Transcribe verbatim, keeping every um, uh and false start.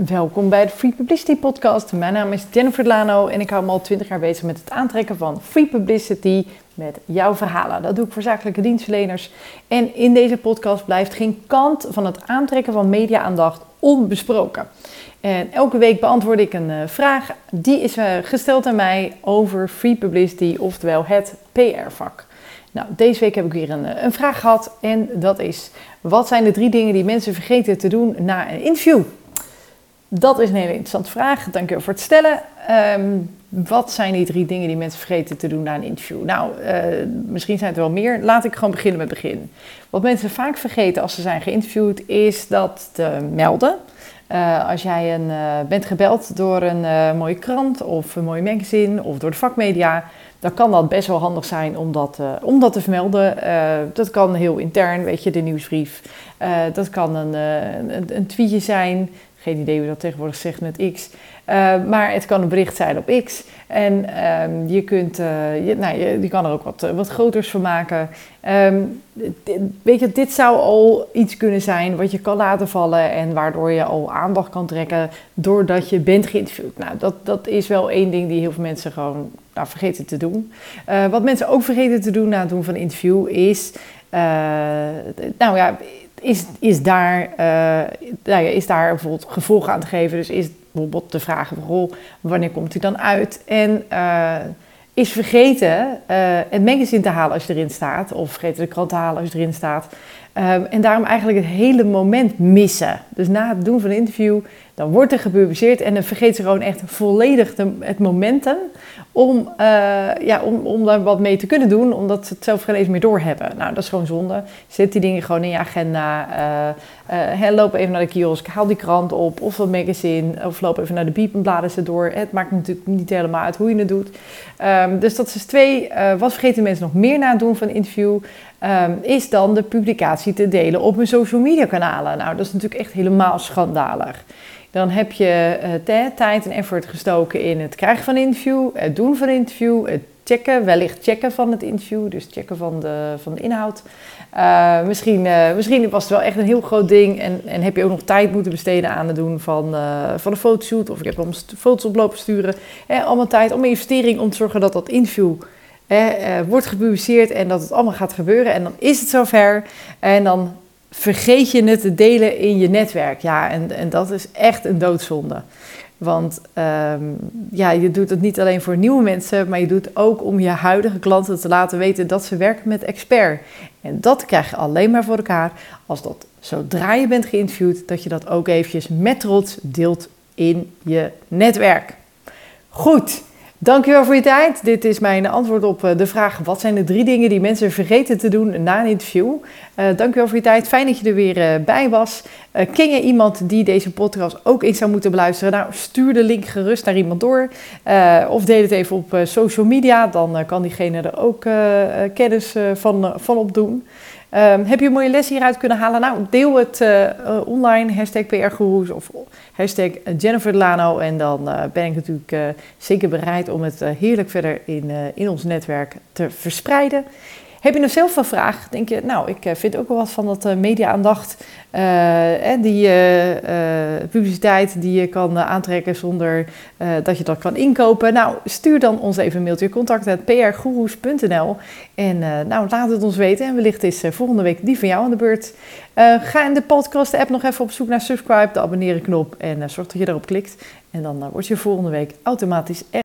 welkom bij de Free Publicity Podcast. Mijn naam is Jennifer Lano en ik hou me al twintig jaar bezig met het aantrekken van free publicity met jouw verhalen. Dat doe ik voor zakelijke dienstverleners. En in deze podcast blijft geen kant van het aantrekken van media-aandacht onbesproken. En elke week beantwoord ik een uh, vraag. Die is uh, gesteld aan mij over free publicity, oftewel het P R-vak. Nou, deze week heb ik weer een, een vraag gehad en dat is: wat zijn de drie dingen die mensen vergeten te doen na een interview? Dat is een hele interessante vraag. Dank je voor het stellen. Um, wat zijn die drie dingen die mensen vergeten te doen na een interview? Nou, uh, misschien zijn het wel meer. Laat ik gewoon beginnen met het begin. Wat mensen vaak vergeten als ze zijn geïnterviewd is dat te melden. Uh, als jij een, uh, bent gebeld door een uh, mooie krant of een mooi magazine of door de vakmedia, dan kan dat best wel handig zijn om dat, uh, om dat te vermelden. Uh, dat kan heel intern, weet je, de nieuwsbrief. Uh, dat kan een, uh, een, een tweetje zijn. Geen idee hoe dat tegenwoordig zegt met X. Uh, maar het kan een bericht zijn op X. En um, je, kunt, uh, je, nou, je, je kan er ook wat, uh, wat groters van maken. Um, dit, weet je, dit zou al iets kunnen zijn wat je kan laten vallen en waardoor je al aandacht kan trekken doordat je bent geïnterviewd. Nou, dat, dat is wel één ding die heel veel mensen gewoon nou, vergeten te doen. Uh, wat mensen ook vergeten te doen na het doen van een interview is, uh, nou ja, is, is, daar, uh, nou ja, is daar bijvoorbeeld gevolg aan te geven. Dus is bijvoorbeeld de vraag, oh, wanneer komt hij dan uit? En uh, is vergeten uh, het magazine te halen als je erin staat. Of vergeten de krant te halen als je erin staat. Um, en daarom eigenlijk het hele moment missen. Dus na het doen van een interview, dan wordt er gepubliceerd en dan vergeet ze gewoon echt volledig de, het momentum om, uh, ja, om, om daar wat mee te kunnen doen, omdat ze het zelf geen eens meer doorhebben. Nou, dat is gewoon zonde. Zet die dingen gewoon in je agenda. Uh, uh, loop even naar de kiosk, haal die krant op of dat magazine, of loop even naar de biep en blader ze door. Het maakt natuurlijk niet helemaal uit hoe je het doet. Um, dus dat is twee. Uh, wat vergeten mensen nog meer na het doen van een interview? Um, is dan de publicatie te delen op hun social media kanalen. Nou, dat is natuurlijk echt helemaal schandalig. Dan heb je uh, tijd en effort gestoken in het krijgen van een interview, het doen van een interview, het checken, wellicht checken van het interview, dus checken van de, van de inhoud. Uh, misschien, uh, misschien was het wel echt een heel groot ding en, en heb je ook nog tijd moeten besteden aan het doen van, uh, van een fotoshoot of ik heb allemaal foto's oplopen sturen. Eh, allemaal tijd, allemaal investering om te zorgen dat dat interview eh, uh, wordt gepubliceerd en dat het allemaal gaat gebeuren. En dan is het zover en dan vergeet je het te delen in je netwerk. Ja, en, en dat is echt een doodzonde. Want um, ja, je doet het niet alleen voor nieuwe mensen, maar je doet het ook om je huidige klanten te laten weten dat ze werken met expert. En dat krijg je alleen maar voor elkaar als dat zodra je bent geïnterviewd, dat je dat ook eventjes met trots deelt in je netwerk. Goed. Dankjewel voor je tijd. Dit is mijn antwoord op de vraag: wat zijn de drie dingen die mensen vergeten te doen na een interview? Uh, dankjewel voor je tijd. Fijn dat je er weer uh, bij was. Uh, ken je iemand die deze podcast ook eens zou moeten beluisteren? Nou, stuur de link gerust naar iemand door. Uh, of deel het even op uh, social media. Dan uh, kan diegene er ook uh, kennis uh, van, uh, van opdoen. Um, heb je een mooie les hieruit kunnen halen? Nou, deel het uh, uh, online, hashtag P R Goeroes of hashtag Jennifer Lano. En dan uh, ben ik natuurlijk uh, zeker bereid om het uh, heerlijk verder in, uh, in ons netwerk te verspreiden. Heb je nou zelf een vraag? Denk je, nou, ik vind ook wel wat van dat uh, media-aandacht. Uh, en die uh, uh, publiciteit die je kan uh, aantrekken zonder uh, dat je dat kan inkopen. Nou, stuur dan ons even een mailtje. Contact at p r goeroes punt n l. En uh, nou, laat het ons weten. En wellicht is uh, volgende week die van jou aan de beurt. Uh, ga in de podcast-app nog even op zoek naar subscribe, de abonneren knop. En uh, zorg dat je daarop klikt. En dan uh, word je volgende week automatisch er